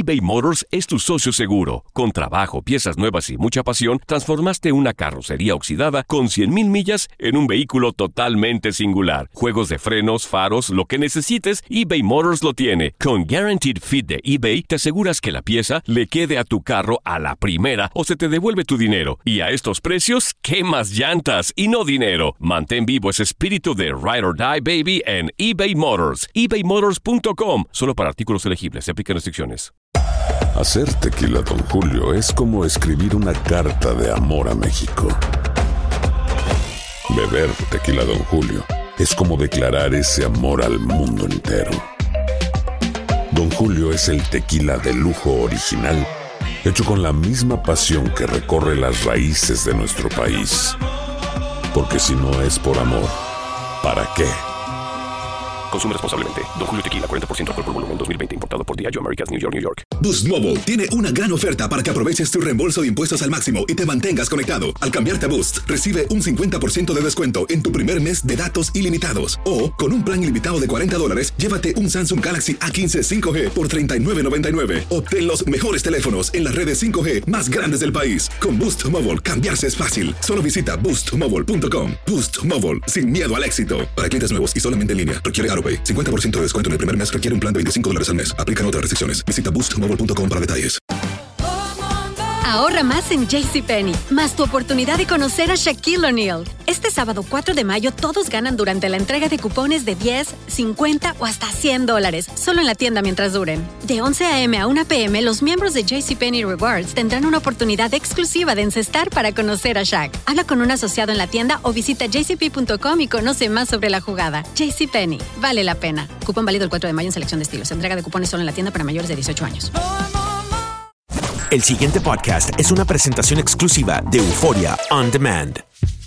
eBay Motors es tu socio seguro. Con trabajo, piezas nuevas y mucha pasión, transformaste una carrocería oxidada con 100,000 millas en un vehículo totalmente singular. Juegos de frenos, faros, lo que necesites, eBay Motors lo tiene. Con Guaranteed Fit de eBay, te aseguras que la pieza le quede a tu carro a la primera o se te devuelve tu dinero. Y a estos precios, ¿qué más llantas y no dinero? Mantén vivo ese espíritu de Ride or Die, baby, en eBay Motors. ebaymotors.com. Solo para artículos elegibles. Se aplican restricciones. Hacer tequila Don Julio es como escribir una carta de amor a México. Beber tequila Don Julio es como declarar ese amor al mundo entero. Don Julio es el tequila de lujo original, hecho con la misma pasión que recorre las raíces de nuestro país. Porque si no es por amor, ¿para qué? Consume responsablemente. Don Julio Tequila, 40% alcohol por volumen, 2020. Importado por Diageo Americas, New York, New York. Boost Mobile tiene una gran oferta para que aproveches tu reembolso de impuestos al máximo y te mantengas conectado. Al cambiarte a Boost, recibe un 50% de descuento en tu primer mes de datos ilimitados. O, con un plan ilimitado de $40, llévate un Samsung Galaxy A15 5G por $39.99. Obtén los mejores teléfonos en las redes 5G más grandes del país. Con Boost Mobile, cambiarse es fácil. Solo visita boostmobile.com. Boost Mobile, sin miedo al éxito. Para clientes nuevos y solamente en línea, requiere AroPay. 50% de descuento en el primer mes requiere un plan de $25 al mes. Aplican otras restricciones. Visita boostmobile.com para detalles. Ahorra más en JCPenney, más tu oportunidad de conocer a Shaquille O'Neal. Este sábado 4 de mayo todos ganan durante la entrega de cupones de $10, $50 o hasta $100, solo en la tienda mientras duren. De 11 a.m. a 1 p.m., los miembros de JCPenney Rewards tendrán una oportunidad exclusiva de encestar para conocer a Shaq. Habla con un asociado en la tienda o visita jcp.com y conoce más sobre la jugada. JCPenney, vale la pena. Cupón válido el 4 de mayo en selección de estilos. Entrega de cupones solo en la tienda para mayores de 18 años. El siguiente podcast es una presentación exclusiva de Euphoria On Demand.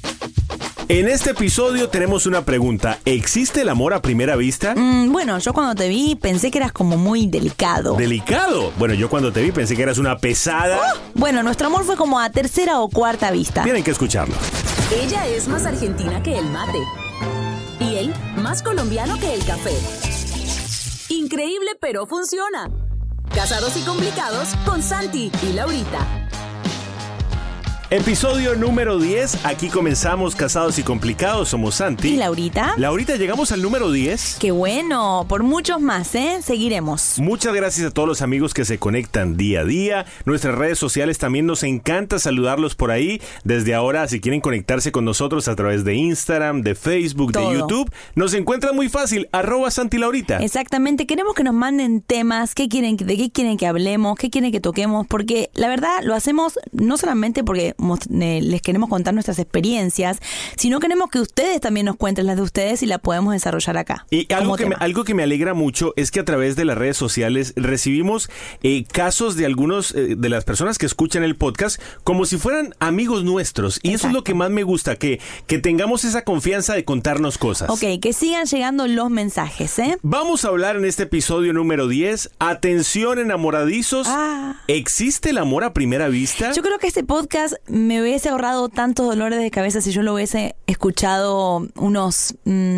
En este episodio tenemos una pregunta. ¿Existe el amor a primera vista? Bueno, yo cuando te vi pensé que eras como muy delicado. ¿Delicado? Bueno, yo cuando te vi pensé que eras una pesada. Bueno, nuestro amor fue como a tercera o cuarta vista. Tienen que escucharlo. Ella es más argentina que el mate. Y él, más colombiano que el café. Increíble, pero funciona. Casados y complicados con Santi y Laurita. Episodio número 10. Aquí comenzamos Casados y Complicados. Somos Santi. ¿Y Laurita? Laurita, llegamos al número 10. ¡Qué bueno! Por muchos más, ¿eh? Seguiremos. Muchas gracias a todos los amigos que se conectan día a día. Nuestras redes sociales también nos encanta saludarlos por ahí. Desde ahora, si quieren conectarse con nosotros a través de Instagram, de Facebook, de YouTube, nos encuentran muy fácil. @SantiLaurita. Exactamente. Queremos que nos manden temas. ¿De qué quieren que hablemos? ¿Qué quieren que toquemos? Porque la verdad lo hacemos no solamente porque les queremos contar nuestras experiencias, sino queremos que ustedes también nos cuenten las de ustedes y la podemos desarrollar acá. Y algo que me alegra mucho es que a través de las redes sociales recibimos casos de algunos de las personas que escuchan el podcast como si fueran amigos nuestros. Y Exacto. Eso es lo que más me gusta, que tengamos esa confianza de contarnos cosas. Ok, que sigan llegando los mensajes, ¿eh? Vamos a hablar en este episodio número 10. Atención, enamoradizos. ¿Existe el amor a primera vista? Yo creo que este podcast me hubiese ahorrado tantos dolores de cabeza si yo lo hubiese escuchado unos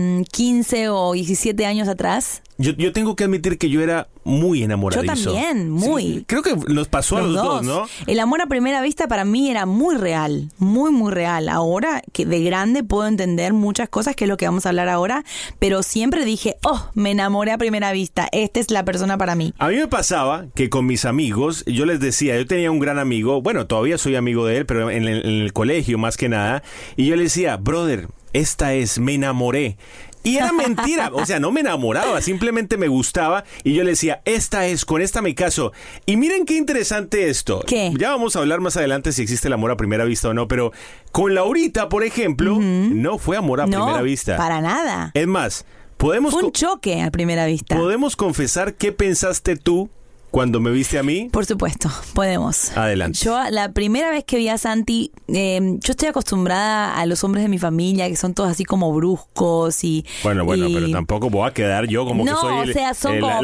15 o 17 años atrás. Yo tengo que admitir que yo era muy enamoradizo. Yo también, muy. Sí, creo que nos pasó a los dos, ¿no? El amor a primera vista para mí era muy real, muy, muy real. Ahora, que de grande puedo entender muchas cosas, que es lo que vamos a hablar ahora, pero siempre dije, me enamoré a primera vista, esta es la persona para mí. A mí me pasaba que con mis amigos, yo les decía, yo tenía un gran amigo, bueno, todavía soy amigo de él, pero en el colegio más que nada, y yo le decía, brother, me enamoré. Y era mentira, o sea, no me enamoraba, simplemente me gustaba y yo le decía, con esta me caso. Y miren qué interesante esto. ¿Qué? Ya vamos a hablar más adelante si existe el amor a primera vista o no, pero con Laurita, por ejemplo, no fue amor a primera vista. Para nada. Es más, fue un choque a primera vista. ¿Podemos confesar qué pensaste tú cuando me viste a mí? Por supuesto, podemos. Adelante. Yo, la primera vez que vi a Santi, yo estoy acostumbrada a los hombres de mi familia, que son todos así como bruscos y... Bueno, pero tampoco voy a quedar yo como que soy o sea, son como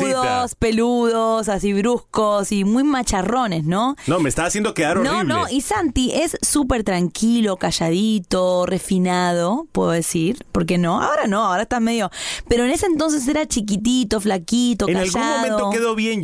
peludos, así bruscos y muy macharrones, ¿no? No, me estaba haciendo quedar horrible. No, y Santi es súper tranquilo, calladito, refinado, puedo decir, porque ahora estás medio... Pero en ese entonces era chiquitito, flaquito, callado. En algún momento quedó bien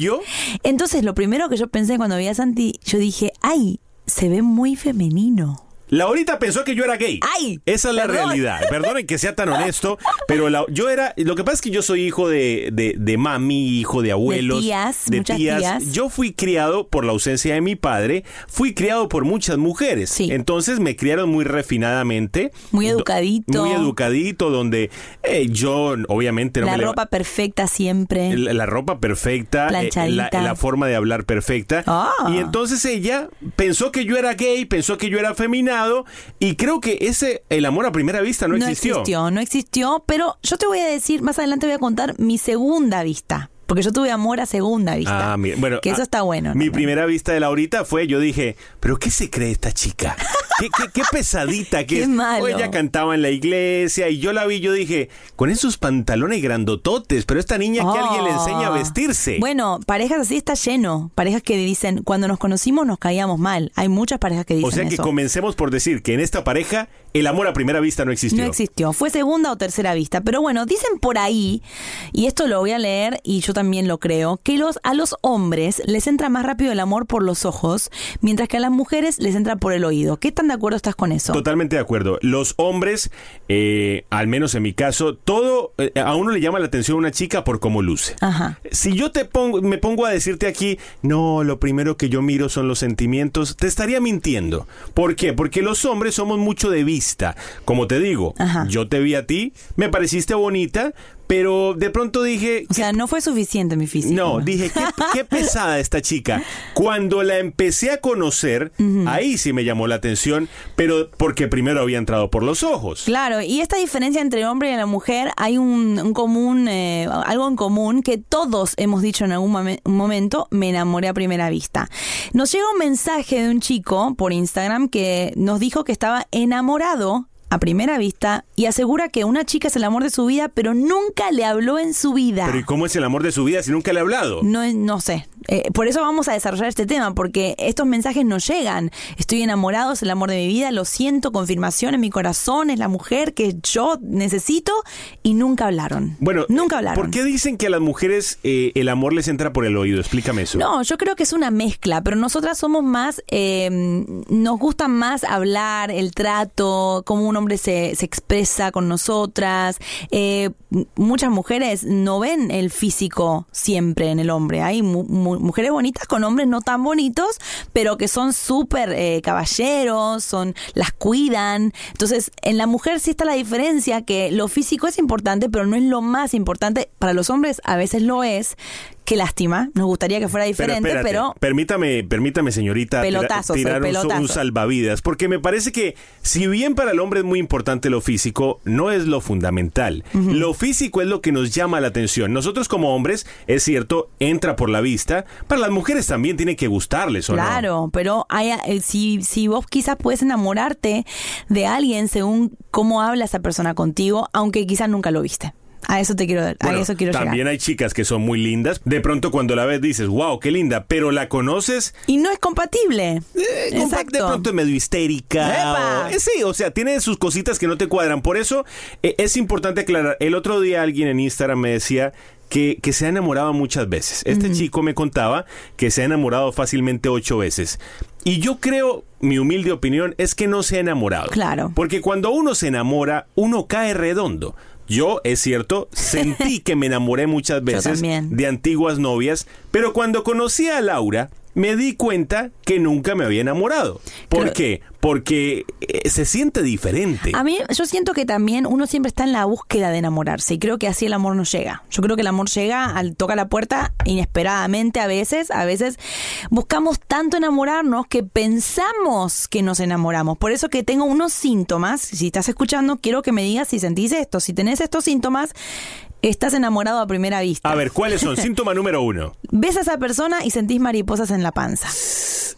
yo? Entonces, lo primero que yo pensé cuando vi a Santi, yo dije, ay, se ve muy femenino. Laurita pensó que yo era gay. ¡Ay! Esa es la Perdón. realidad. Perdonen que sea tan honesto, pero yo era... Lo que pasa es que yo soy hijo de mami, hijo de abuelos. Muchas tías. Yo fui criado por la ausencia de mi padre, fui criado por muchas mujeres. Sí. Entonces me criaron muy refinadamente. Muy educadito. Muy educadito, donde yo obviamente no la me ropa perfecta siempre. La ropa perfecta, planchadita. la forma de hablar perfecta. Y entonces ella pensó que yo era gay, pensó que yo era feminado, y creo que el amor a primera vista no existió. No existió, pero yo te voy a decir, más adelante voy a contar mi segunda vista. Porque yo tuve amor a segunda vista. Bueno, que eso está bueno. Mi primera vista de Laurita fue, yo dije, ¿pero qué se cree esta chica? Qué pesadita que Qué es. malo. Ella cantaba en la iglesia y yo la vi, yo dije, con esos pantalones grandototes, pero esta niña que alguien le enseña a vestirse. Bueno, parejas así está lleno. Parejas que dicen, cuando nos conocimos nos caíamos mal. Hay muchas parejas que dicen eso. O sea que comencemos por decir que en esta pareja el amor a primera vista no existió. No existió. Fue segunda o tercera vista. Pero bueno, dicen por ahí, y esto lo voy a leer y yo también lo creo, que a los hombres les entra más rápido el amor por los ojos, mientras que a las mujeres les entra por el oído. ¿Qué tan de acuerdo estás con eso? Totalmente de acuerdo. Los hombres, al menos en mi caso, a uno le llama la atención una chica por cómo luce. Ajá. Si yo me pongo a decirte aquí, no, lo primero que yo miro son los sentimientos, te estaría mintiendo. ¿Por qué? Porque los hombres somos mucho de vista. Como te digo, yo te vi a ti, me pareciste bonita, pero de pronto dije... O sea, no fue suficiente mi físico. No, dije, qué pesada esta chica. Cuando la empecé a conocer, ahí sí me llamó la atención, pero porque primero había entrado por los ojos. Claro, y esta diferencia entre el hombre y la mujer, hay algo en común que todos hemos dicho en algún momento, me enamoré a primera vista. Nos llega un mensaje de un chico por Instagram que nos dijo que estaba enamorado a primera vista y asegura que una chica es el amor de su vida, pero nunca le habló en su vida. ¿Pero y cómo es el amor de su vida si nunca le ha hablado? No sé. Por eso vamos a desarrollar este tema, porque estos mensajes nos llegan. Estoy enamorado, es el amor de mi vida, lo siento, confirmación en mi corazón, es la mujer que yo necesito, y nunca hablaron. Bueno, nunca hablaron. ¿Por qué dicen que a las mujeres el amor les entra por el oído? Explícame eso. No, yo creo que es una mezcla, pero nosotras somos más, nos gusta más hablar, el trato, cómo un hombre se expresa con nosotras. Muchas mujeres no ven el físico siempre en el hombre. Hay mujeres bonitas con hombres no tan bonitos, pero que son súper caballeros, las cuidan. Entonces, en la mujer sí está la diferencia, que lo físico es importante, pero no es lo más importante. Para los hombres a veces lo es. Qué lástima, nos gustaría que fuera diferente, pero... Permítame, señorita, tirar un salvavidas, porque me parece que si bien para el hombre es muy importante lo físico, no es lo fundamental. Lo físico es lo que nos llama la atención. Nosotros como hombres, es cierto, entra por la vista, para las mujeres también tiene que gustarles, ¿o no? Claro, pero si vos quizás puedes enamorarte de alguien según cómo habla esa persona contigo, aunque quizás nunca lo viste. A eso quiero también llegar. Hay chicas que son muy lindas. De pronto cuando la ves dices, wow, qué linda, pero la conoces y no es compatible. Exacto. De pronto es medio histérica. Sí, o sea, tiene sus cositas que no te cuadran. Por eso es importante aclarar. El otro día alguien en Instagram me decía que se ha enamorado muchas veces. Este chico me contaba que se ha enamorado fácilmente 8 veces. Y yo creo, mi humilde opinión, es que no se ha enamorado. Claro. Porque cuando uno se enamora, uno cae redondo. Yo, es cierto, sentí que me enamoré muchas veces de antiguas novias, pero cuando conocí a Laura, me di cuenta que nunca me había enamorado. ¿Por qué? Porque se siente diferente. A mí, yo siento que también uno siempre está en la búsqueda de enamorarse, y creo que así el amor no llega. Yo creo que el amor llega toca la puerta inesperadamente a veces buscamos tanto enamorarnos que pensamos que nos enamoramos. Por eso que tengo unos síntomas, si estás escuchando, quiero que me digas si sentís esto. Si tenés estos síntomas, estás enamorado a primera vista. A ver, ¿cuáles son? Síntoma número 1. Ves a esa persona y sentís mariposas en la panza.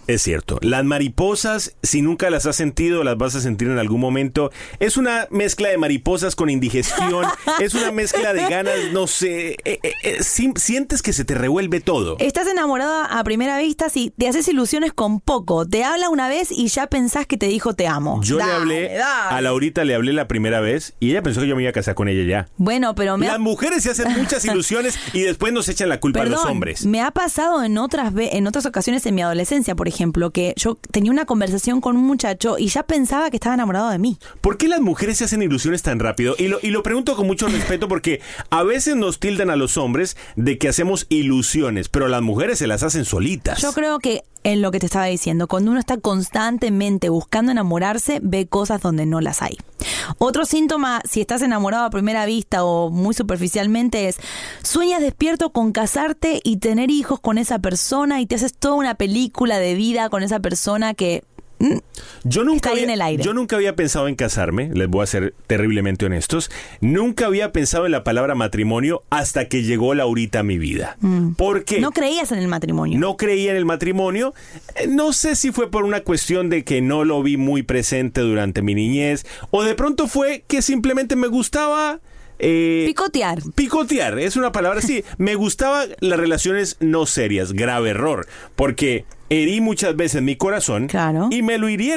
Es cierto. Las mariposas, si nunca las has sentido, las vas a sentir en algún momento. Es una mezcla de mariposas con indigestión. Es una mezcla de ganas, no sé. Sientes que se te revuelve todo. Estás enamorado a primera vista si te haces ilusiones con poco. Te habla una vez y ya pensás que te dijo te amo. Yo le hablé, a Laurita le hablé la primera vez y ella pensó que yo me iba a casar con ella ya. Bueno, pero las mujeres se hacen muchas ilusiones y después nos echan la culpa a los hombres. Me ha pasado en otras ocasiones en mi adolescencia, por ejemplo, que yo tenía una conversación con un muchacho y ya pensaba que estaba enamorado de mí. ¿Por qué las mujeres se hacen ilusiones tan rápido? Y lo pregunto con mucho respeto porque a veces nos tildan a los hombres de que hacemos ilusiones, pero las mujeres se las hacen solitas. Yo creo que en lo que te estaba diciendo, cuando uno está constantemente buscando enamorarse, ve cosas donde no las hay. Otro síntoma, si estás enamorado a primera vista o muy superficialmente, es sueñas despierto con casarte y tener hijos con esa persona y te haces toda una película de vida con esa persona que está ahí en el aire. Yo nunca había pensado en casarme, les voy a ser terriblemente honestos. Nunca había pensado en la palabra matrimonio hasta que llegó Laurita a mi vida. ¿Por qué? ¿No creías en el matrimonio? No creía en el matrimonio. No sé si fue por una cuestión de que no lo vi muy presente durante mi niñez o de pronto fue que simplemente me gustaba... Picotear. Picotear, es una palabra así. Me gustaban las relaciones no serias, grave error, porque herí muchas veces mi corazón, claro, y me lo herí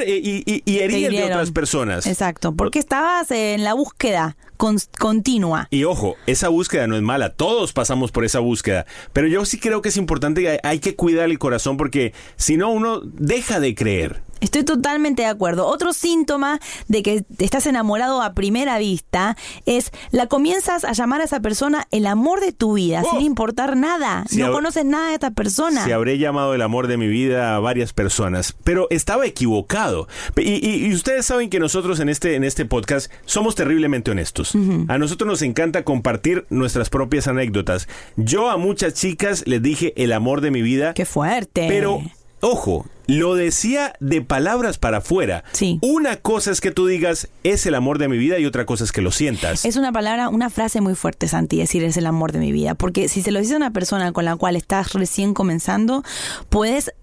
el de otras personas. Exacto, porque estabas en la búsqueda continua. Y ojo, esa búsqueda no es mala, todos pasamos por esa búsqueda, pero yo sí creo que es importante que hay que cuidar el corazón porque si no uno deja de creer. Estoy totalmente de acuerdo. Otro síntoma de que estás enamorado a primera vista es la comienzas a llamar a esa persona el amor de tu vida, sin importar nada. No conoces nada de esta persona. Sí, habré llamado el amor de mi vida a varias personas, pero estaba equivocado. Y ustedes saben que nosotros en este podcast somos terriblemente honestos. A nosotros nos encanta compartir nuestras propias anécdotas. Yo a muchas chicas les dije el amor de mi vida. ¡Qué fuerte! Pero... ojo, lo decía de palabras para afuera. Sí. Una cosa es que tú digas, es el amor de mi vida, y otra cosa es que lo sientas. Es una frase muy fuerte, Santi, decir es el amor de mi vida. Porque si se lo dice a una persona con la cual estás recién comenzando, puedes...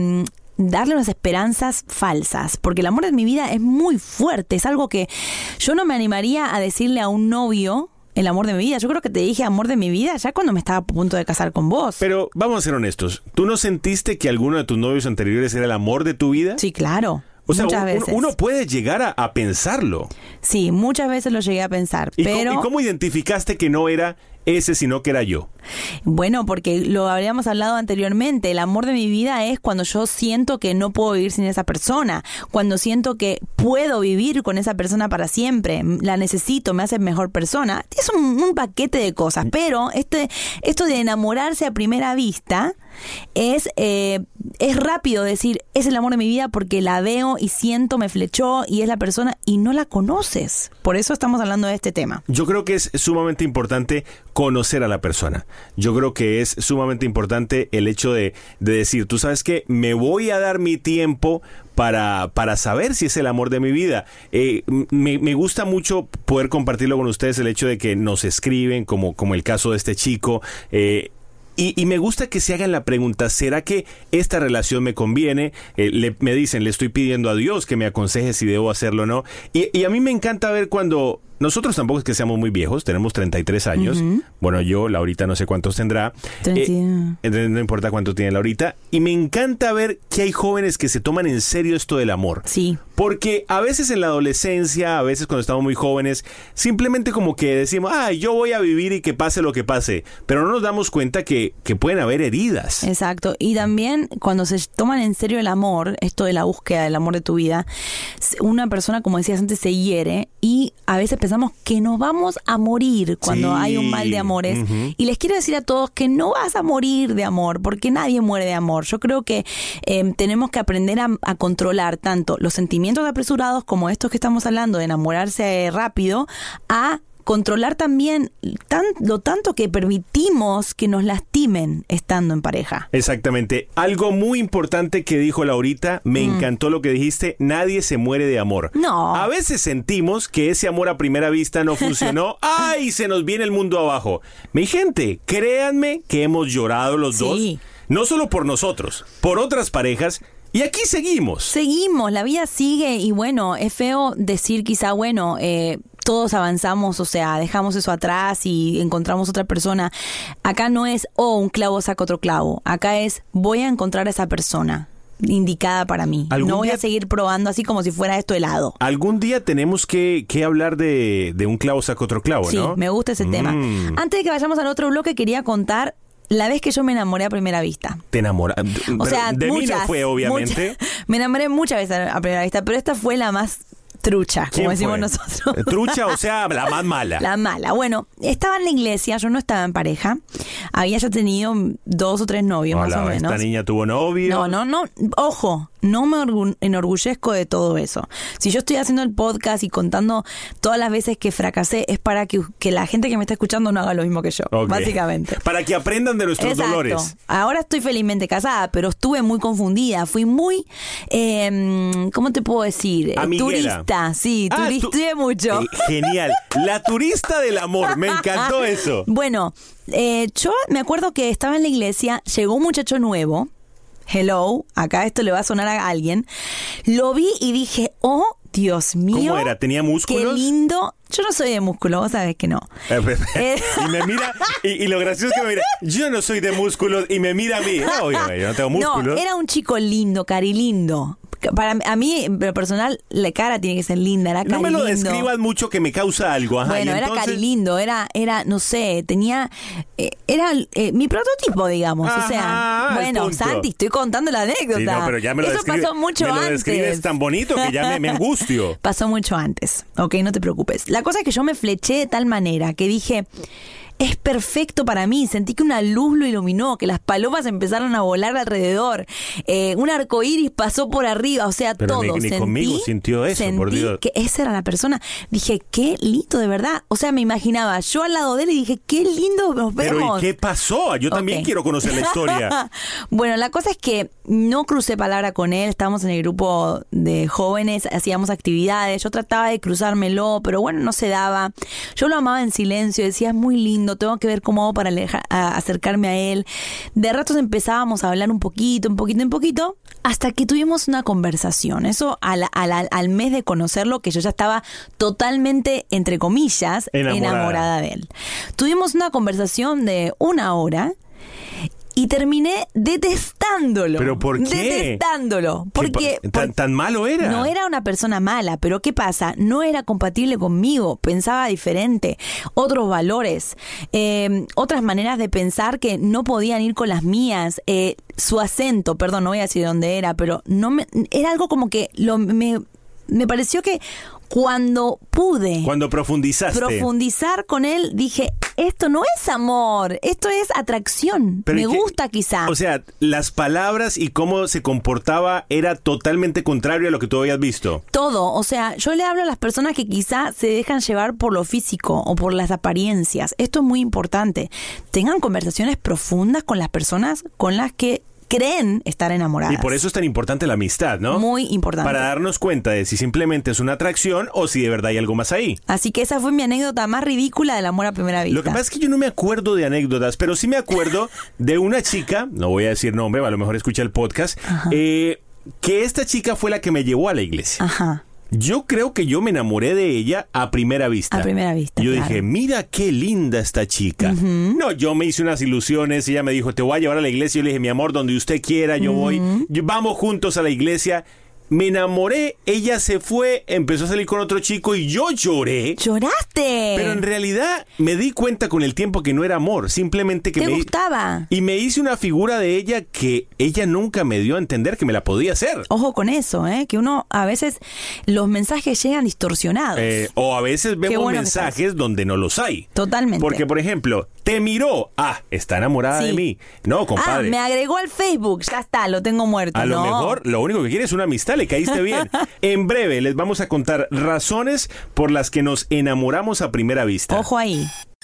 darle unas esperanzas falsas, porque el amor de mi vida es muy fuerte, es algo que yo no me animaría a decirle a un novio el amor de mi vida. Yo creo que te dije amor de mi vida ya cuando me estaba a punto de casar con vos. Pero vamos a ser honestos, ¿tú no sentiste que alguno de tus novios anteriores era el amor de tu vida? Sí, claro. O sea, muchas veces. Uno puede llegar a pensarlo. Sí, muchas veces lo llegué a pensar, pero... ¿Y cómo identificaste que no era ese, sino que era yo? Bueno, porque lo habíamos hablado anteriormente. El amor de mi vida es cuando yo siento que no puedo vivir sin esa persona, cuando siento que puedo vivir con esa persona para siempre, la necesito, me hace mejor persona. Es un paquete de cosas, pero esto de enamorarse a primera vista es rápido decir es el amor de mi vida porque la veo y siento, me flechó y es la persona y no la conoces. Por eso estamos hablando de este tema. Yo creo que es sumamente importante conocer a la persona. Yo creo que es sumamente importante el hecho de decir, tú sabes que me voy a dar mi tiempo para saber si es el amor de mi vida. Me gusta mucho poder compartirlo con ustedes, el hecho de que nos escriben, como el caso de este chico, y me gusta que se hagan la pregunta, ¿será que esta relación me conviene? Me dicen, le estoy pidiendo a Dios que me aconseje si debo hacerlo o no. Y a mí me encanta ver cuando... Nosotros tampoco es que seamos muy viejos, tenemos 33 años. Uh-huh. Bueno, yo, Laurita, no sé cuántos tendrá. No importa cuánto tiene Laurita. Y me encanta ver que hay jóvenes que se toman en serio esto del amor. Sí. Porque a veces en la adolescencia, a veces cuando estamos muy jóvenes, simplemente como que decimos, yo voy a vivir y que pase lo que pase. Pero no nos damos cuenta que pueden haber heridas. Exacto. Y también cuando se toman en serio el amor, esto de la búsqueda del amor de tu vida, una persona, como decías antes, se hiere y a veces pensamos que nos vamos a morir cuando hay un mal de amores. Uh-huh. Y les quiero decir a todos que no vas a morir de amor, porque nadie muere de amor. Yo creo que tenemos que aprender a controlar tanto los sentimientos apresurados como estos que estamos hablando, de enamorarse rápido, a controlar también lo tanto que permitimos que nos lastimen estando en pareja. Exactamente. Algo muy importante que dijo Laurita, me encantó lo que dijiste, nadie se muere de amor. No. A veces sentimos que ese amor a primera vista no funcionó. ¡Ay! Se nos viene el mundo abajo. Mi gente, créanme que hemos llorado los dos. No solo por nosotros, por otras parejas. Y aquí seguimos. Seguimos, la vida sigue y bueno, es feo decir quizá, bueno, todos avanzamos, o sea, dejamos eso atrás y encontramos otra persona. Acá no es, un clavo saca otro clavo. Acá es, voy a encontrar a esa persona indicada para mí. No voy a seguir probando así como si fuera esto helado. Algún día tenemos que hablar de un clavo saca otro clavo, ¿no? Sí, me gusta ese tema. Antes de que vayamos al otro bloque, quería contar la vez que yo me enamoré a primera vista. ¿Te enamoraste? O sea, de muchas, mí no fue, obviamente. Me enamoré muchas veces a primera vista, pero esta fue la más trucha, como decimos nosotros. ¿Trucha? O sea, la más mala. La mala. Bueno, estaba en la iglesia, yo no estaba en pareja. Había ya tenido 2 o 3 novios, más o menos. ¿Esta niña tuvo novio? No. Ojo, no me enorgullezco de todo eso. Si yo estoy haciendo el podcast y contando todas las veces que fracasé, es para que la gente que me está escuchando no haga lo mismo que yo, básicamente. Para que aprendan de nuestros dolores. Ahora estoy felizmente casada, pero estuve muy confundida. Fui muy, ¿cómo te puedo decir? Amiguera. Turista, sí, turisteé mucho. Genial. La turista del amor, me encantó eso. Bueno, yo me acuerdo que estaba en la iglesia, llegó un muchacho nuevo. Hello, acá esto le va a sonar a alguien. Lo vi y dije, oh, Dios mío. ¿Cómo era? ¿Tenía músculos? Qué lindo. Yo no soy de músculo, vos sabés que no. Y me mira, y lo gracioso es que me mira, yo no soy de músculos y me mira a mí. Obvio, yo no tengo músculos. No, era un chico lindo, carilindo. A mí, en lo personal, la cara tiene que ser linda, era carilindo. No me lo describas mucho que me causa algo. Ajá, bueno, era carilindo, era, no sé, tenía, era mi prototipo, digamos. Ajá, o sea, bueno, Santi, estoy contando la anécdota. Sí, no, pero ya me lo Eso pasó mucho antes. Me lo describes tan bonito que ya me angustio. Pasó mucho antes, ok, no te preocupes. La cosa es que yo me fleché de tal manera que dije, es perfecto para mí. Sentí que una luz lo iluminó, que las palomas empezaron a volar alrededor, un arcoíris pasó por arriba, o sea, pero todo. Ni conmigo sintió eso, por Dios. Que esa era la persona. Dije, qué lindo, de verdad. O sea, me imaginaba yo al lado de él y dije, qué lindo nos vemos. Pero ¿y qué pasó? Yo también quiero conocer la historia. Bueno, la cosa es que no crucé palabra con él. Estábamos en el grupo de jóvenes, hacíamos actividades. Yo trataba de cruzármelo, pero bueno, no se daba. Yo lo amaba en silencio, decía, es muy lindo, tengo que ver cómo hago para acercarme a él. De ratos empezábamos a hablar un poquito, hasta que tuvimos una conversación. Eso al mes de conocerlo, que yo ya estaba totalmente, entre comillas, enamorada de él. Tuvimos una conversación de 1 hora y terminé detestándolo. ¿Pero por qué? Detestándolo. Porque ¿Tan malo era? No era una persona mala, pero ¿qué pasa? No era compatible conmigo, pensaba diferente, otros valores, otras maneras de pensar que no podían ir con las mías, su acento, perdón, no voy a decir dónde era, pero era algo como que me pareció que cuando profundizaste. Profundizar con él, dije, esto no es amor, esto es atracción. Me gusta quizá. O sea, las palabras y cómo se comportaba era totalmente contrario a lo que tú habías visto. Todo, o sea, yo le hablo a las personas que quizá se dejan llevar por lo físico o por las apariencias. Esto es muy importante. Tengan conversaciones profundas con las personas con las que creen estar enamoradas. Y por eso es tan importante la amistad, ¿no? Muy importante. Para darnos cuenta de si simplemente es una atracción o si de verdad hay algo más ahí. Así que esa fue mi anécdota más ridícula del amor a primera vista. Lo que pasa es que yo no me acuerdo de anécdotas, pero sí me acuerdo de una chica, no voy a decir nombre, a lo mejor escucha el podcast, que esta chica fue la que me llevó a la iglesia. Ajá. Yo creo que yo me enamoré de ella a primera vista. A primera vista, yo claro. dije, mira qué linda esta chica. No, yo me hice unas ilusiones. Ella me dijo, te voy a llevar a la iglesia. Yo le dije, mi amor, donde usted quiera, yo voy. Vamos juntos a la iglesia. Me enamoré, ella se fue, empezó a salir con otro chico y yo lloré. ¿Lloraste? Pero en realidad me di cuenta con el tiempo que no era amor, simplemente que ¿te gustaba? Y me hice una figura de ella que ella nunca me dio a entender que me la podía hacer. Ojo con eso, que uno a veces los mensajes llegan distorsionados. O a veces vemos mensajes donde no los hay. Totalmente. Porque, por ejemplo, te miró, está enamorada de mí. No, compadre. Me agregó al Facebook, ya está, lo tengo muerto. A lo mejor, lo único que quiere es una amistad, le caíste bien. En breve les vamos a contar razones por las que nos enamoramos a primera vista. Ojo ahí.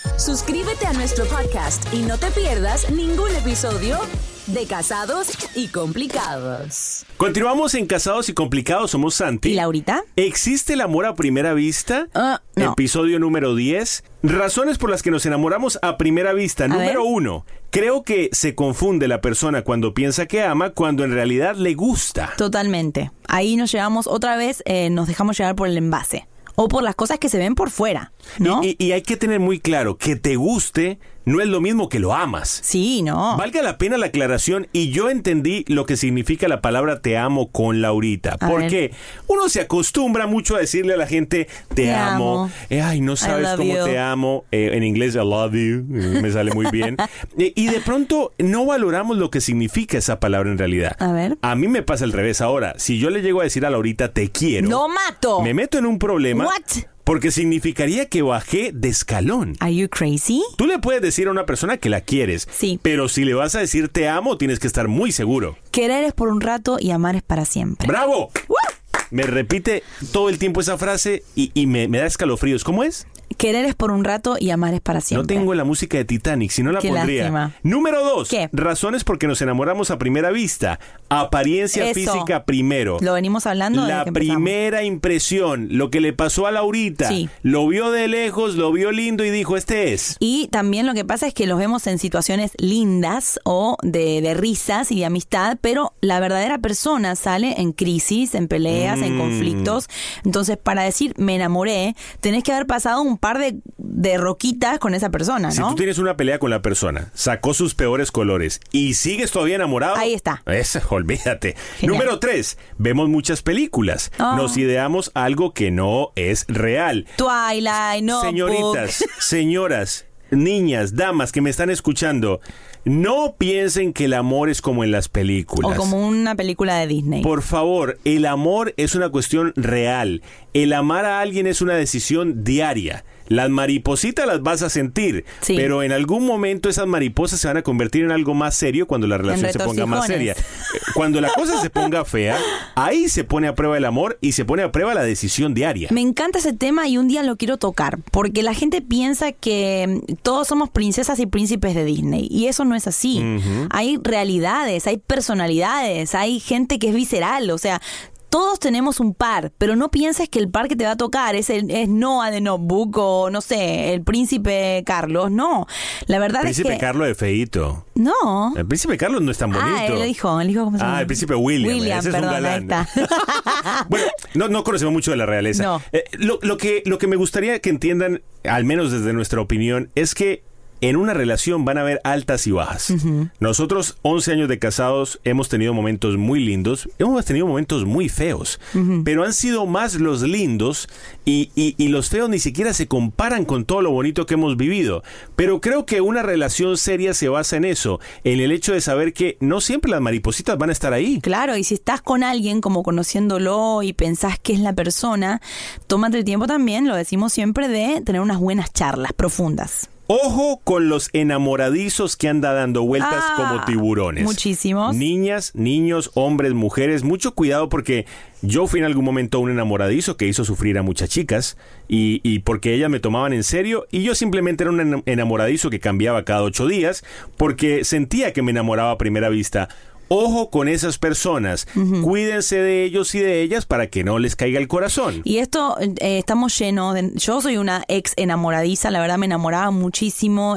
Suscríbete a nuestro podcast y no te pierdas ningún episodio de Casados y Complicados. Continuamos en Casados y Complicados, somos Santi. ¿Y Laurita? ¿Existe el amor a primera vista? No. Episodio número 10. Razones por las que nos enamoramos a primera vista. Número 1. Creo que se confunde la persona cuando piensa que ama, cuando en realidad le gusta. Totalmente. Ahí nos llevamos otra vez, nos dejamos llevar por el envase. O por las cosas que se ven por fuera, ¿no? Y hay que tener muy claro que te guste no es lo mismo que lo amas. Sí, no. Valga la pena la aclaración, y yo entendí lo que significa la palabra te amo con Laurita. Porque uno se acostumbra mucho a decirle a la gente te amo. Ay, no sabes cómo te amo. En inglés, I love you. Me sale muy bien. Y de pronto no valoramos lo que significa esa palabra en realidad. A ver. A mí me pasa al revés ahora. Si yo le llego a decir a Laurita te quiero, ¡lo mato! Me meto en un problema. ¿What? Porque significaría que bajé de escalón. ¿Are you crazy? Tú le puedes decir a una persona que la quieres. Sí. Pero si le vas a decir te amo, tienes que estar muy seguro. Querer es por un rato y amar es para siempre. ¡Bravo! Me repite todo el tiempo esa frase y me da escalofríos. ¿Cómo es? Querer es por un rato y amar es para siempre. No tengo la música de Titanic, si no la Qué pondría. lástima. Número 2. ¿Qué? Razones por que nos enamoramos a primera vista. Apariencia Eso. física primero. Lo venimos hablando desde La que empezamos. primera impresión, lo que le pasó a Laurita. Sí. Lo vio de lejos, lo vio lindo y dijo, este es. Y también lo que pasa es que los vemos en situaciones lindas o de risas y de amistad, pero la verdadera persona sale en crisis, en peleas, en conflictos. Entonces, para decir me enamoré, tenés que haber pasado un par de roquitas con esa persona, ¿no? Si tú tienes una pelea con la persona, sacó sus peores colores y sigues todavía enamorado. Ahí está. Olvídate. Genial. Número 3. Vemos muchas películas. Nos ideamos algo que no es real. Twilight, no. Señoritas, señoras, niñas, damas que me están escuchando, no piensen que el amor es como en las películas. O como una película de Disney. Por favor, el amor es una cuestión real. El amar a alguien es una decisión diaria. Las maripositas las vas a sentir, sí, pero en algún momento esas mariposas se van a convertir en algo más serio cuando la relación se ponga más seria. Cuando la cosa se ponga fea, ahí se pone a prueba el amor y se pone a prueba la decisión diaria. Me encanta ese tema y un día lo quiero tocar, porque la gente piensa que todos somos princesas y príncipes de Disney, y eso no es así. Hay realidades, hay personalidades, hay gente que es visceral, o sea, todos tenemos un par, pero no pienses que el par que te va a tocar es Noah de Notebook o, no sé, el príncipe Carlos. No, la verdad es que... El príncipe Carlos es feíto. No. El príncipe Carlos no es tan bonito. El hijo ¿cómo se llama? El príncipe William. Ese perdón, es un galán. ahí está. Bueno, no conocemos mucho de la realeza. No. Lo que me gustaría que entiendan, al menos desde nuestra opinión, es que en una relación van a haber altas y bajas. Nosotros, 11 años de casados, hemos tenido momentos muy lindos, hemos tenido momentos muy feos, pero han sido más los lindos y los feos ni siquiera se comparan con todo lo bonito que hemos vivido. Pero creo que una relación seria se basa en eso, en el hecho de saber que no siempre las maripositas van a estar ahí. Claro, y si estás con alguien como conociéndolo y pensás que es la persona, tómate el tiempo también, lo decimos siempre, de tener unas buenas charlas profundas. Ojo con los enamoradizos que andan dando vueltas como tiburones. Muchísimos. Niñas, niños, hombres, mujeres, mucho cuidado porque yo fui en algún momento un enamoradizo que hizo sufrir a muchas chicas y porque ellas me tomaban en serio y yo simplemente era un enamoradizo que cambiaba cada 8 días porque sentía que me enamoraba a primera vista. Ojo con esas personas. Cuídense de ellos y de ellas para que no les caiga el corazón. Y esto, estamos llenos de... Yo soy una ex enamoradiza, la verdad me enamoraba muchísimo.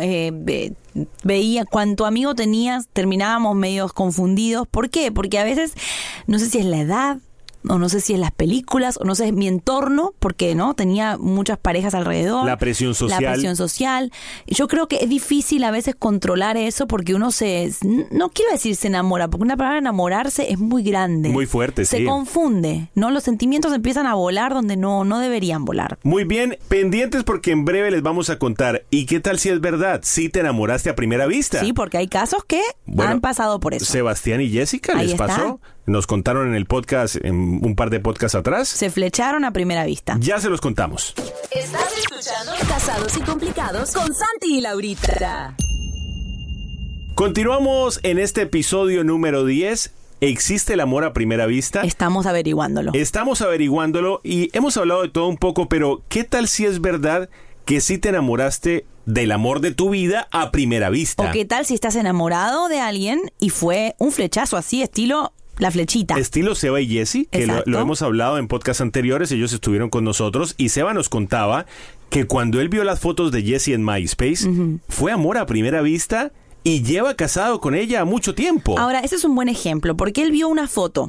Veía cuánto amigo tenías, terminábamos medios confundidos. ¿Por qué? Porque a veces, no sé si es la edad, o no sé si es las películas, o no sé, mi entorno, porque no tenía muchas parejas alrededor. La presión social. Yo creo que es difícil a veces controlar eso porque uno no quiero decir se enamora, porque una palabra enamorarse es muy grande. Muy fuerte, sí. Se confunde, ¿no? Los sentimientos empiezan a volar donde no deberían volar. Muy bien, pendientes porque en breve les vamos a contar. ¿Y qué tal si es verdad? ¿Sí te enamoraste a primera vista? Sí, porque hay casos que han pasado por eso. Sebastián y Jessica, ¿les pasó? Nos contaron en el podcast, en un par de podcasts atrás. Se flecharon a primera vista. Ya se los contamos. Estás escuchando Casados y Complicados con Santi y Laurita. Continuamos en este episodio número 10. ¿Existe el amor a primera vista? Estamos averiguándolo. Y hemos hablado de todo un poco, pero ¿qué tal si es verdad que sí te enamoraste del amor de tu vida a primera vista. ¿O qué tal si estás enamorado de alguien y fue un flechazo así, estilo la flechita? Estilo Seba y Jessy, que lo hemos hablado en podcasts anteriores, ellos estuvieron con nosotros y Seba nos contaba que cuando él vio las fotos de Jessy en MySpace, fue amor a primera vista y lleva casado con ella mucho tiempo. Ahora, ese es un buen ejemplo, porque él vio una foto.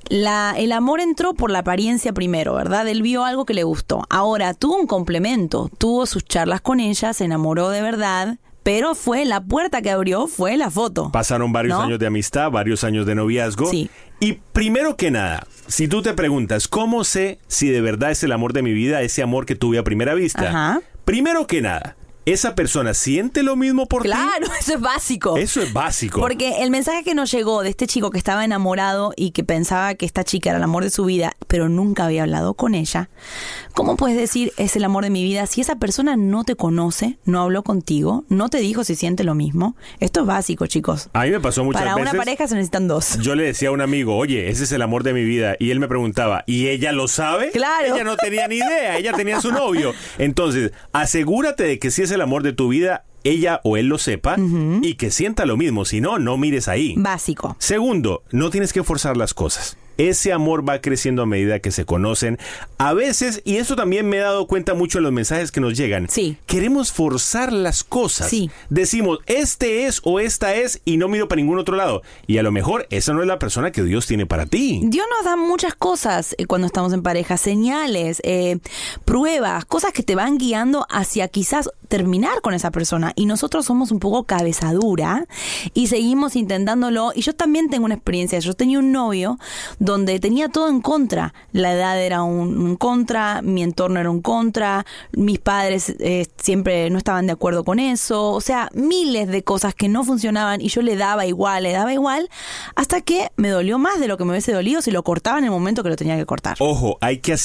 El amor entró por la apariencia primero, ¿verdad? Él vio algo que le gustó. Ahora, tuvo un complemento, tuvo sus charlas con ella, se enamoró de verdad, pero fue la puerta que abrió, fue la foto. Pasaron varios años de amistad, varios años de noviazgo. Sí. Y primero que nada, si tú te preguntas, ¿cómo sé si de verdad es el amor de mi vida, ese amor que tuve a primera vista? Ajá. Primero que nada, ¿esa persona siente lo mismo por ti? Claro, eso es básico. Eso es básico. Porque el mensaje que nos llegó de este chico que estaba enamorado y que pensaba que esta chica era el amor de su vida, pero nunca había hablado con ella. ¿Cómo puedes decir es el amor de mi vida si esa persona no te conoce, no habló contigo, no te dijo si siente lo mismo? Esto es básico, chicos. A mí me pasó muchas veces. Para una pareja se necesitan dos. Yo le decía a un amigo, oye, ese es el amor de mi vida. Y él me preguntaba, ¿y ella lo sabe? Claro. Ella no tenía ni idea, ella tenía su novio. Entonces, asegúrate de que si es el amor de tu vida, ella o él lo sepa y que sienta lo mismo. Si no, no mires ahí. Básico. Segundo, no tienes que forzar las cosas. Ese amor va creciendo a medida que se conocen. A veces, y eso también me he dado cuenta mucho en los mensajes que nos llegan, sí, queremos forzar las cosas. Sí. Decimos, este es o esta es y no miro para ningún otro lado. Y a lo mejor esa no es la persona que Dios tiene para ti. Dios nos da muchas cosas cuando estamos en pareja, señales, pruebas, cosas que te van guiando hacia quizás terminar con esa persona. Y nosotros somos un poco cabezadura y seguimos intentándolo. Y yo también tengo una experiencia. Yo tenía un novio donde tenía todo en contra. La edad era un contra, mi entorno era un contra, mis padres siempre no estaban de acuerdo con eso. O sea, miles de cosas que no funcionaban y yo le daba igual, hasta que me dolió más de lo que me hubiese dolido si lo cortaba en el momento que lo tenía que cortar. Ojo, hay que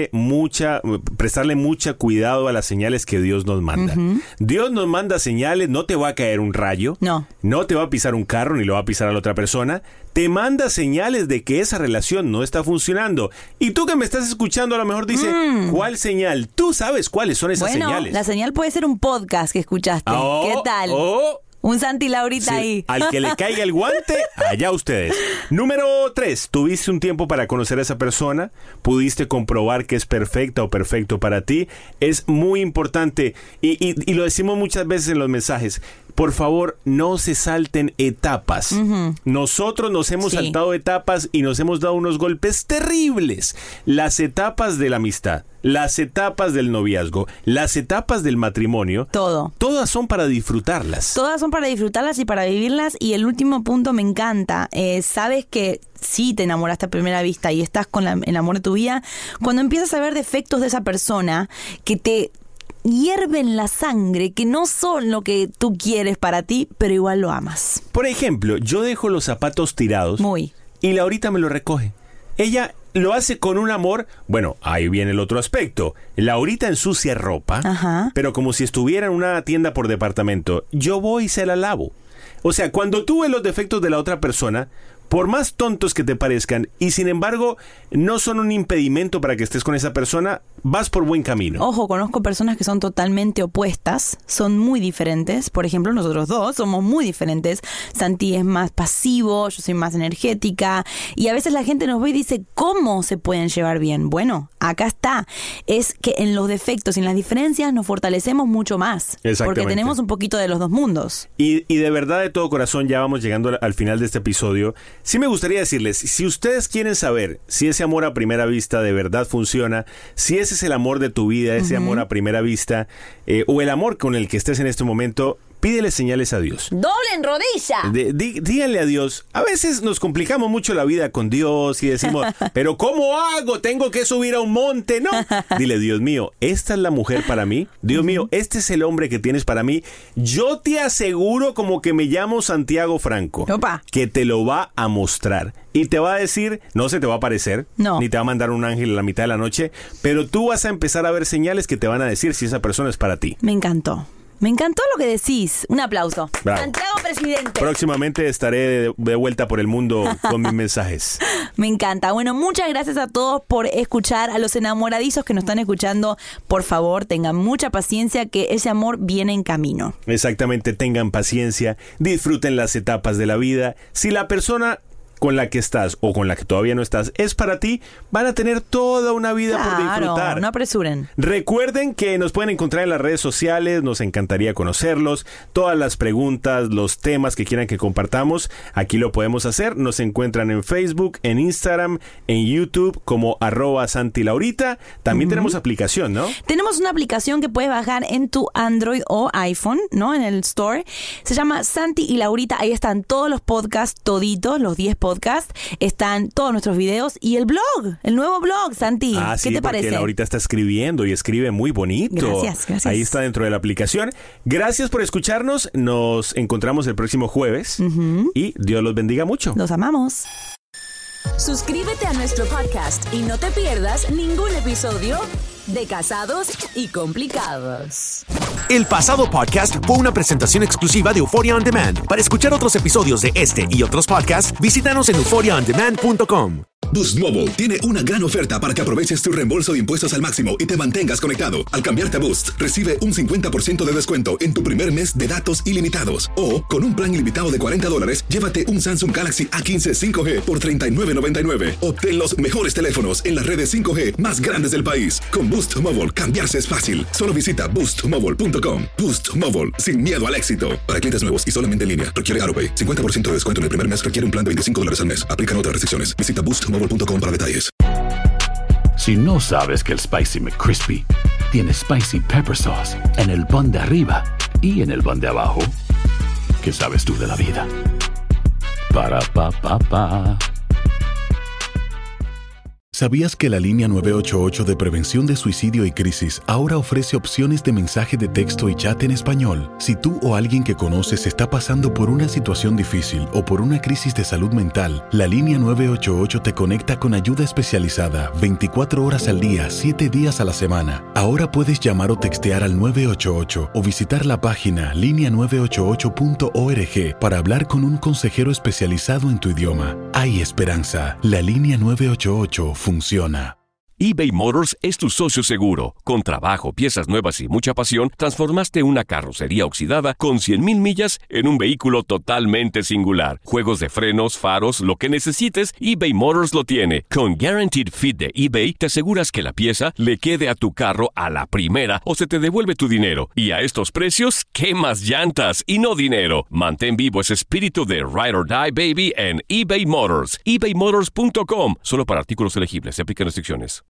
prestarle mucha cuidado a las señales que Dios nos manda. Dios nos manda señales, no te va a caer un rayo, no te va a pisar un carro ni lo va a pisar a la otra persona. Te manda señales de que esa relación no está funcionando. Y tú que me estás escuchando a lo mejor dices, ¿cuál señal? Tú sabes cuáles son esas señales. La señal puede ser un podcast que escuchaste. ¿Qué tal? Un Santi Laurita ahí. Al que le caiga el guante, allá ustedes. Número 3. Tuviste un tiempo para conocer a esa persona. Pudiste comprobar que es perfecta o perfecto para ti. Es muy importante. Y lo decimos muchas veces en los mensajes. Por favor, no se salten etapas. Nosotros nos hemos saltado etapas y nos hemos dado unos golpes terribles. Las etapas de la amistad, las etapas del noviazgo, las etapas del matrimonio. Todas son para disfrutarlas. Todas son para disfrutarlas y para vivirlas. Y el último punto me encanta. Sabes que sí te enamoraste a primera vista y estás con el amor de tu vida. Cuando empiezas a ver defectos de esa persona que te hierven la sangre, que no son lo que tú quieres para ti, pero igual lo amas. Por ejemplo, yo dejo los zapatos tirados y Laurita me lo recoge. Ella lo hace con un amor. Bueno, ahí viene el otro aspecto. Laurita ensucia ropa, pero como si estuviera en una tienda por departamento. Yo voy y se la lavo. O sea, cuando tú ves los defectos de la otra persona, por más tontos que te parezcan, y sin embargo no son un impedimento para que estés con esa persona, vas por buen camino. Ojo, conozco personas que son totalmente opuestas, son muy diferentes. Por ejemplo, nosotros dos somos muy diferentes. Santi es más pasivo, yo soy más energética, y a veces la gente nos ve y dice, ¿cómo se pueden llevar bien? Bueno, acá está. Es que en los defectos y en las diferencias nos fortalecemos mucho más. Porque tenemos un poquito de los dos mundos. Y de verdad, de todo corazón, ya vamos llegando al final de este episodio. Sí me gustaría decirles, si ustedes quieren saber si ese amor a primera vista de verdad funciona, si ese es el amor de tu vida, ese amor a primera vista, o el amor con el que estés en este momento, pídele señales a Dios. ¡Doble en rodilla! Díganle a Dios. A veces nos complicamos mucho la vida con Dios y decimos, ¿pero cómo hago? ¿Tengo que subir a un monte? No. Dile, Dios mío, esta es la mujer para mí. Dios mío, este es el hombre que tienes para mí. Yo te aseguro, como que me llamo Santiago Franco, que te lo va a mostrar. Y te va a decir, no se te va a aparecer, ni te va a mandar un ángel a la mitad de la noche, pero tú vas a empezar a ver señales que te van a decir si esa persona es para ti. Me encantó. Me encantó lo que decís. Un aplauso. Bravo. Santiago, presidente. Próximamente estaré de vuelta por el mundo con mis mensajes. Me encanta. Bueno, muchas gracias a todos por escuchar. A los enamoradizos que nos están escuchando, por favor, tengan mucha paciencia que ese amor viene en camino. Exactamente, tengan paciencia, disfruten las etapas de la vida. Si la persona con la que estás o con la que todavía no estás es para ti, van a tener toda una vida por disfrutar. No apresuren. Recuerden que nos pueden encontrar en las redes sociales, nos encantaría conocerlos. Todas las preguntas, los temas que quieran que compartamos, aquí lo podemos hacer. Nos encuentran en Facebook, en Instagram, en YouTube como @SantiLaurita. También tenemos aplicación, ¿no? Tenemos una aplicación que puedes bajar en tu Android o iPhone, ¿no? En el Store. Se llama Santi y Laurita. Ahí están todos los podcasts, toditos, los 10 podcasts. Están todos nuestros videos y el blog, el nuevo blog, Santi. ¿Qué te parece? Laurita está escribiendo y escribe muy bonito. Gracias. Ahí está dentro de la aplicación. Gracias por escucharnos. Nos encontramos el próximo jueves y Dios los bendiga mucho. Los amamos. Suscríbete a nuestro podcast y no te pierdas ningún episodio de Casados y Complicados. El pasado podcast fue una presentación exclusiva de Euphoria On Demand. Para escuchar otros episodios de este y otros podcasts, visítanos en euphoriaondemand.com. Boost Mobile tiene una gran oferta para que aproveches tu reembolso de impuestos al máximo y te mantengas conectado. Al cambiarte a Boost, recibe un 50% de descuento en tu primer mes de datos ilimitados. O, con un plan ilimitado de $40, llévate un Samsung Galaxy A15 5G por $39.99. Obtén los mejores teléfonos en las redes 5G más grandes del país. Con Boost Mobile, cambiarse es fácil. Solo visita boostmobile.com. Boost Mobile, sin miedo al éxito. Para clientes nuevos y solamente en línea, requiere AroPay. 50% de descuento en el primer mes requiere un plan de $25 al mes. Aplican otras restricciones. Visita boostmobile.com para detalles. Si no sabes que el Spicy McCrispy tiene Spicy Pepper Sauce en el pan de arriba y en el pan de abajo, ¿qué sabes tú de la vida? Para, pa, pa, pa. ¿Sabías que la línea 988 de prevención de suicidio y crisis ahora ofrece opciones de mensaje de texto y chat en español? Si tú o alguien que conoces está pasando por una situación difícil o por una crisis de salud mental, la línea 988 te conecta con ayuda especializada 24 horas al día, 7 días a la semana. Ahora puedes llamar o textear al 988 o visitar la página linea988.org para hablar con un consejero especializado en tu idioma. Hay esperanza. La línea 988 funciona. eBay Motors es tu socio seguro. Con trabajo, piezas nuevas y mucha pasión, transformaste una carrocería oxidada con 100,000 millas en un vehículo totalmente singular. Juegos de frenos, faros, lo que necesites, eBay Motors lo tiene. Con Guaranteed Fit de eBay, te aseguras que la pieza le quede a tu carro a la primera o se te devuelve tu dinero. Y a estos precios, ¿qué más llantas y no dinero? Mantén vivo ese espíritu de Ride or Die, baby, en eBay Motors. ebaymotors.com. Solo para artículos elegibles. Se aplican restricciones.